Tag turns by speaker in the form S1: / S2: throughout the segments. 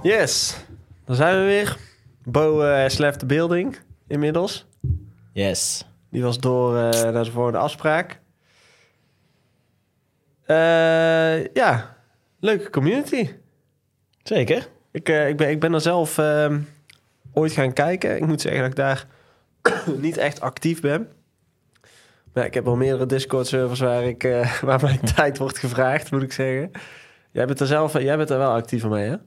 S1: Yes, dan zijn we weer. Bo has left the building inmiddels.
S2: Yes.
S1: Die was door naar de volgende afspraak. Ja, leuke community.
S2: Zeker.
S1: Ik ben er zelf ooit gaan kijken. Ik moet zeggen dat ik daar niet echt actief ben. Maar ik heb wel meerdere Discord-servers waar mijn tijd wordt gevraagd, moet ik zeggen. Jij bent er wel actief mee, hè?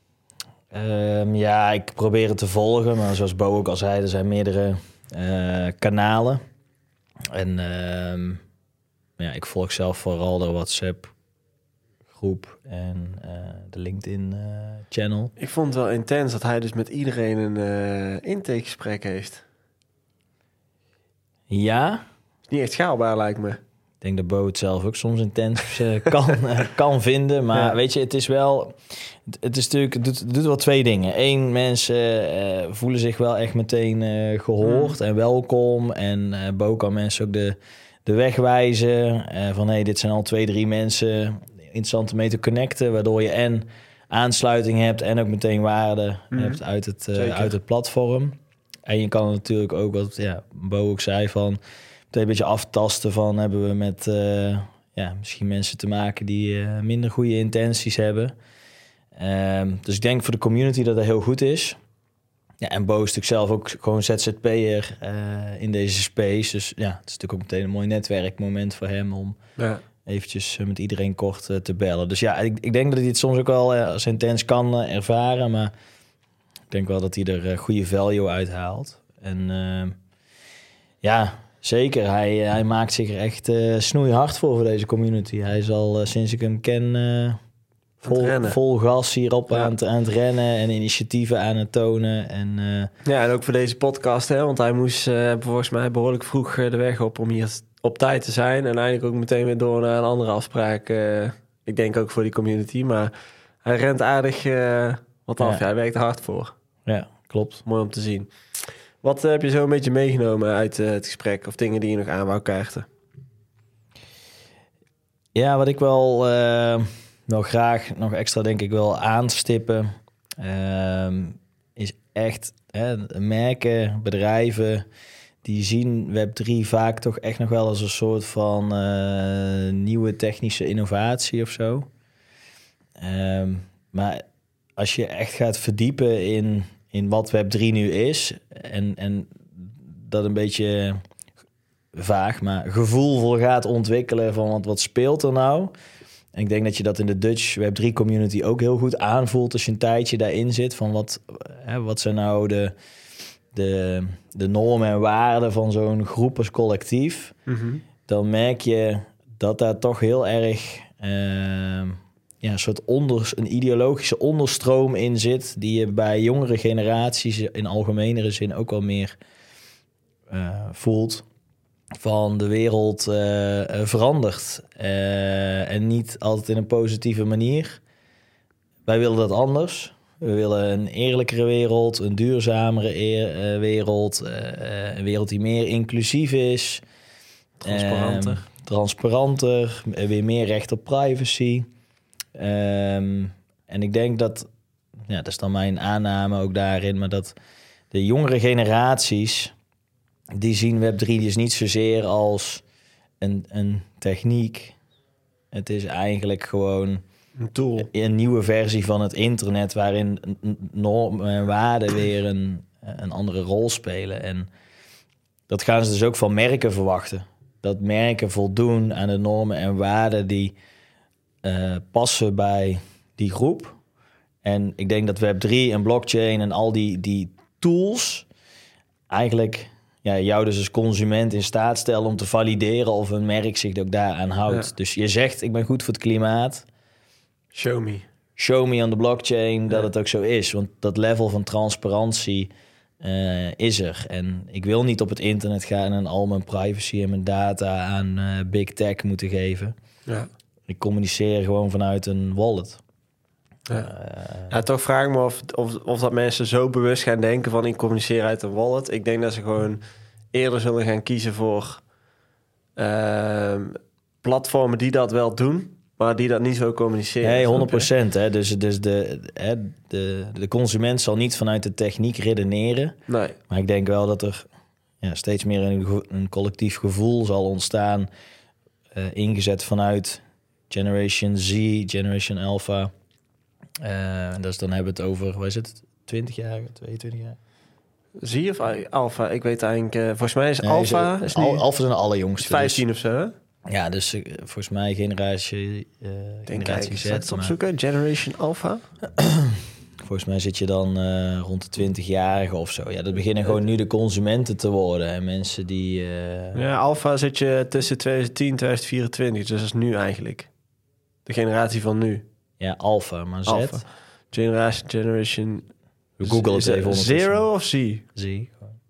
S2: Ja, ik probeer het te volgen. Maar zoals Bo ook al zei, er zijn meerdere kanalen. En ja, ik volg zelf vooral de WhatsApp-groep en de LinkedIn-channel.
S1: Ik vond het wel intens dat hij dus met iedereen een intakegesprek heeft.
S2: Ja.
S1: Niet echt schaalbaar, lijkt me.
S2: Ik denk dat Bo het zelf ook soms intens kan vinden. Maar ja. Weet je, het is wel... Het is natuurlijk, het doet wel twee dingen. Eén, mensen voelen zich wel echt meteen gehoord en welkom. En Bo kan mensen ook de weg wijzen. Van hey, dit zijn al 2-3 mensen interessant om mee te connecten. Waardoor je en aansluiting hebt en ook meteen waarde hebt uit het platform. En je kan natuurlijk ook, wat Bo ook zei, van... een beetje aftasten van hebben we met misschien mensen te maken die minder goede intenties hebben. Dus ik denk voor de community dat dat heel goed is. Ja, en Bo is natuurlijk zelf ook gewoon ZZP'er in deze space. Dus ja, het is natuurlijk ook meteen een mooi netwerkmoment voor hem om eventjes met iedereen kort te bellen. Dus ja, ik denk dat hij het soms ook wel als intens kan ervaren. Maar ik denk wel dat hij er goede value uithaalt. En zeker, hij maakt zich er echt snoeihard voor deze community. Hij is al sinds ik hem ken vol gas hierop aan het rennen en initiatieven aan het tonen. En
S1: ook voor deze podcast, hè, want hij moest volgens mij behoorlijk vroeg de weg op om hier op tijd te zijn. En eigenlijk ook meteen weer door naar een andere afspraak. Ik denk ook voor die community, maar hij rent aardig wat af. Ja, hij werkt er hard voor.
S2: Ja, klopt.
S1: Mooi om te zien. Wat heb je zo een beetje meegenomen uit het gesprek? Of dingen die je nog aan wou kaarten?
S2: Ja, wat ik wel graag nog extra denk ik wel aanstippen... is echt merken, bedrijven... die zien Web3 vaak toch echt nog wel als een soort van nieuwe technische innovatie of zo. Maar als je echt gaat verdiepen in wat Web3 nu is... en dat een beetje vaag, maar gevoelvol gaat ontwikkelen... van wat speelt er nou? En ik denk dat je dat in de Dutch Web3 community ook heel goed aanvoelt... als je een tijdje daarin zit, van wat zijn nou de normen en waarden... van zo'n groep als collectief. Mm-hmm. Dan merk je dat daar toch heel erg... een soort een ideologische onderstroom in zit... die je bij jongere generaties in algemenere zin ook wel meer voelt... van de wereld verandert. En niet altijd in een positieve manier. Wij willen dat anders. We willen een eerlijkere wereld, een duurzamere wereld... een wereld die meer inclusief is. Transparanter, weer meer recht op privacy... en ik denk dat is dan mijn aanname ook daarin... maar dat de jongere generaties... die zien Web3 dus niet zozeer als een techniek. Het is eigenlijk gewoon
S1: een tool.
S2: Een nieuwe versie van het internet... waarin normen en waarden weer een andere rol spelen. En dat gaan ze dus ook van merken verwachten. Dat merken voldoen aan de normen en waarden... die passen bij die groep. En ik denk dat Web3 en blockchain en al die tools... eigenlijk jou dus als consument in staat stellen... om te valideren of een merk zich ook daaraan houdt. Ja. Dus je zegt, ik ben goed voor het klimaat. Show me on the blockchain dat het ook zo is. Want dat level van transparantie is er. En ik wil niet op het internet gaan... en al mijn privacy en mijn data aan big tech moeten geven... Ja. Ik communiceer gewoon vanuit een wallet.
S1: Toch vraag ik me of dat mensen zo bewust gaan denken van... ik communiceer uit een wallet. Ik denk dat ze gewoon eerder zullen gaan kiezen voor platformen die dat wel doen. maar die dat niet zo communiceren.
S2: Nee, 100%. Hè? Dus de consument zal niet vanuit de techniek redeneren.
S1: Nee.
S2: Maar ik denk wel dat er steeds meer een collectief gevoel zal ontstaan. Ingezet vanuit Generation Z, Generation Alpha. Dus dan hebben we het over, wat is het? 20 jaar, 22 jaar?
S1: Z of Alpha? Ik weet eigenlijk... volgens mij is Alpha...
S2: Alpha zijn de allerjongste.
S1: 15
S2: dus,
S1: of zo, hè?
S2: Ja, dus volgens mij generatie Z.
S1: Opzoeken, Generation Alpha.
S2: Volgens mij zit je dan rond de 20-jarige of zo. Ja, dat beginnen gewoon nu de consumenten te worden. En mensen die...
S1: Ja, Alpha zit je tussen 2010 en 2024. Dus dat is nu eigenlijk. De generatie van nu.
S2: Ja, Alpha, maar Z.
S1: Alpha. Generation...
S2: We googlen het even.
S1: Zero of Z?
S2: Z.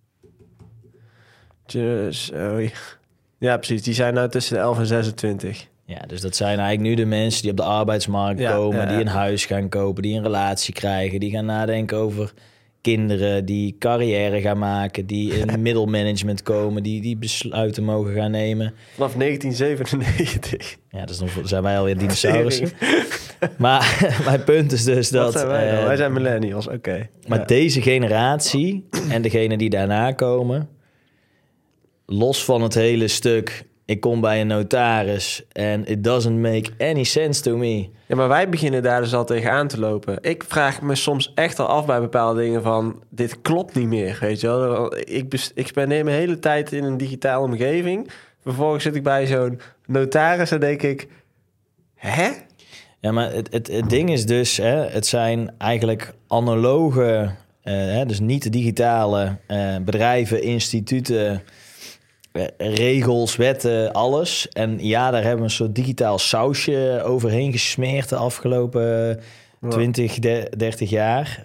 S1: Ja, precies. Die zijn nou tussen de 11 en 26.
S2: Ja, dus dat zijn eigenlijk nu de mensen die op de arbeidsmarkt komen... die een huis gaan kopen, die een relatie krijgen... die gaan nadenken over kinderen, die carrière gaan maken... die in middelmanagement komen, die besluiten mogen gaan nemen.
S1: Vanaf 1997.
S2: Ja, dus dan zijn wij alweer dinosaurussen. Maar mijn punt is dus dat...
S1: Wat zijn wij dan? Wij zijn millennials, oké.
S2: Maar deze generatie en degene die daarna komen... los van het hele stuk... ik kom bij een notaris en it doesn't make any sense to me.
S1: Ja, maar wij beginnen daar dus al tegenaan te lopen. Ik vraag me soms echt al af bij bepaalde dingen van... dit klopt niet meer, weet je wel. Ik spendeer mijn hele tijd in een digitale omgeving. Vervolgens zit ik bij zo'n notaris en denk ik... hè?
S2: Ja, maar het ding is dus... het zijn eigenlijk analoge... dus niet digitale bedrijven, instituten... regels, wetten, alles. En ja, daar hebben we een soort digitaal sausje overheen gesmeerd de afgelopen 20, 30 jaar.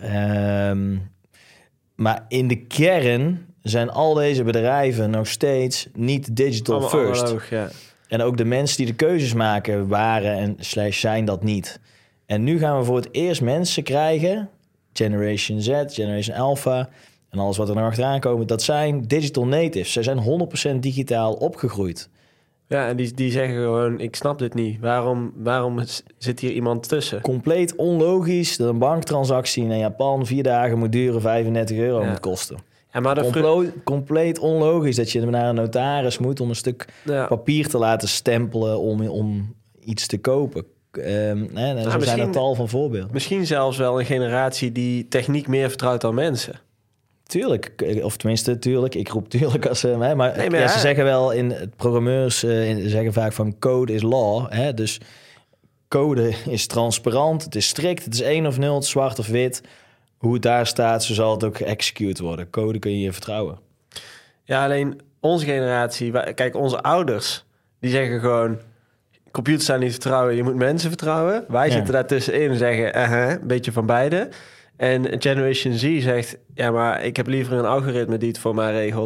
S2: Maar in de kern zijn al deze bedrijven nog steeds niet digital first.
S1: Analoog, ja.
S2: En ook de mensen die de keuzes maken waren en zijn dat niet. En nu gaan we voor het eerst mensen krijgen, Generation Z, Generation Alpha... en alles wat er nog achteraan komen, dat zijn digital natives. Zij zijn 100% digitaal opgegroeid.
S1: Ja, en die zeggen gewoon, ik snap dit niet. Waarom zit hier iemand tussen?
S2: Compleet onlogisch dat een banktransactie in Japan 4 dagen moet duren, €35 moet kosten.
S1: Ja, maar
S2: compleet onlogisch dat je naar een notaris moet om een stuk papier te laten stempelen om iets te kopen. Er zijn een tal van voorbeelden.
S1: Misschien zelfs wel een generatie die techniek meer vertrouwt dan mensen.
S2: Tuurlijk, of tenminste, tuurlijk. Ik roep tuurlijk als ze mij. Maar ze zeggen wel in het programmeurs zeggen vaak van code is law. Hè? Dus code is transparant, het is strikt, het is 1 of 0, het is zwart of wit. Hoe het daar staat, zo zal het ook geëxecute worden. Code kun je vertrouwen. Ja,
S1: alleen onze generatie, kijk, onze ouders, die zeggen gewoon... computers zijn niet vertrouwen, je moet mensen vertrouwen. Wij zitten daartussenin en zeggen, een beetje van beide. En Generation Z zegt, ja, maar ik heb liever een algoritme die het voor mij regelt...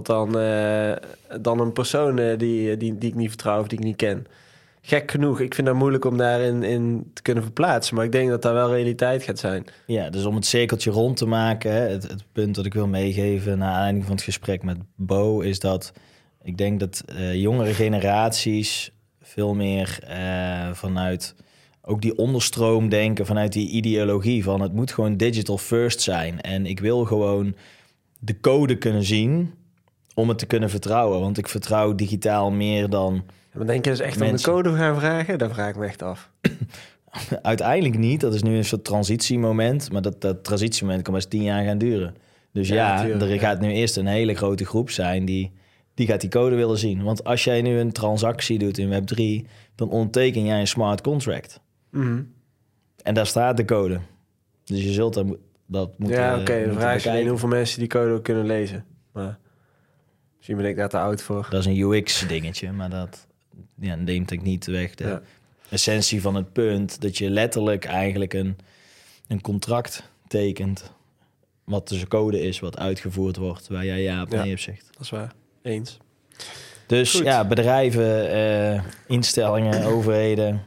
S1: dan een persoon die ik niet vertrouw of die ik niet ken. Gek genoeg, ik vind dat moeilijk om daarin in te kunnen verplaatsen. Maar ik denk dat dat wel realiteit gaat zijn.
S2: Ja, dus om het cirkeltje rond te maken... Het punt dat ik wil meegeven na aanleiding van het gesprek met Bo... is dat ik denk dat jongere generaties veel meer vanuit... ook die onderstroom denken vanuit die ideologie van... het moet gewoon digital first zijn. En ik wil gewoon de code kunnen zien om het te kunnen vertrouwen. Want ik vertrouw digitaal meer dan...
S1: Maar denk je dus echt om de code gaan vragen? Dat vraag ik me echt af.
S2: Uiteindelijk niet. Dat is nu een soort transitiemoment. Maar dat transitiemoment kan best 10 jaar gaan duren. Dus er gaat nu eerst een hele grote groep zijn... die gaat die code willen zien. Want als jij nu een transactie doet in Web3... dan onderteken jij een smart contract.
S1: Mm-hmm.
S2: En daar staat de code. Dus je zult dat moeten...
S1: Ja, oké. Dan vraag je alleen hoeveel mensen die code ook kunnen lezen. Maar misschien ben ik daar te oud voor.
S2: Dat is een UX-dingetje, maar dat neemt ik niet weg. De essentie van het punt dat je letterlijk eigenlijk een contract tekent... wat dus code is, wat uitgevoerd wordt... waar jij ja of nee op zegt.
S1: Dat is waar. Eens.
S2: Dus goed. Bedrijven, instellingen, overheden...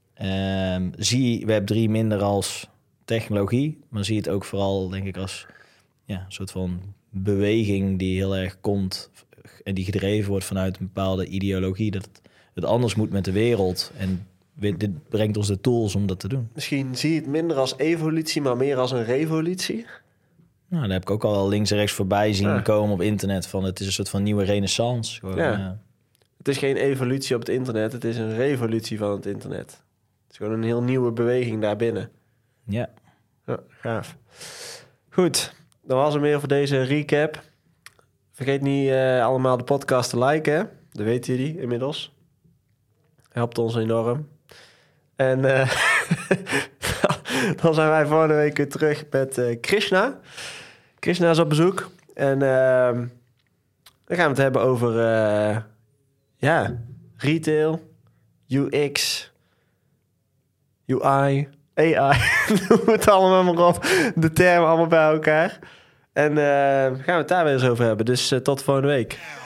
S2: zie Web3 minder als technologie... maar zie het ook vooral, denk ik, als een soort van beweging... die heel erg komt en die gedreven wordt vanuit een bepaalde ideologie... dat het anders moet met de wereld. En dit brengt ons de tools om dat te doen.
S1: Misschien zie je het minder als evolutie, maar meer als een revolutie.
S2: Nou, daar heb ik ook al links en rechts voorbij zien komen op internet. Van het is een soort van nieuwe renaissance. Gewoon,
S1: Het is geen evolutie op het internet, het is een revolutie van het internet. Het is gewoon een heel nieuwe beweging daarbinnen.
S2: Ja.
S1: Ja, gaaf. Goed, dat was hem weer voor deze recap. Vergeet niet allemaal de podcast te liken. Dat weten jullie inmiddels. Helpt ons enorm. En dan zijn wij volgende week weer terug met Krishna. Krishna is op bezoek. En dan gaan we het hebben over retail, UX, UI, AI. Noem het allemaal maar op. De termen allemaal bij elkaar. En gaan we het daar weer eens over hebben. Dus tot volgende week.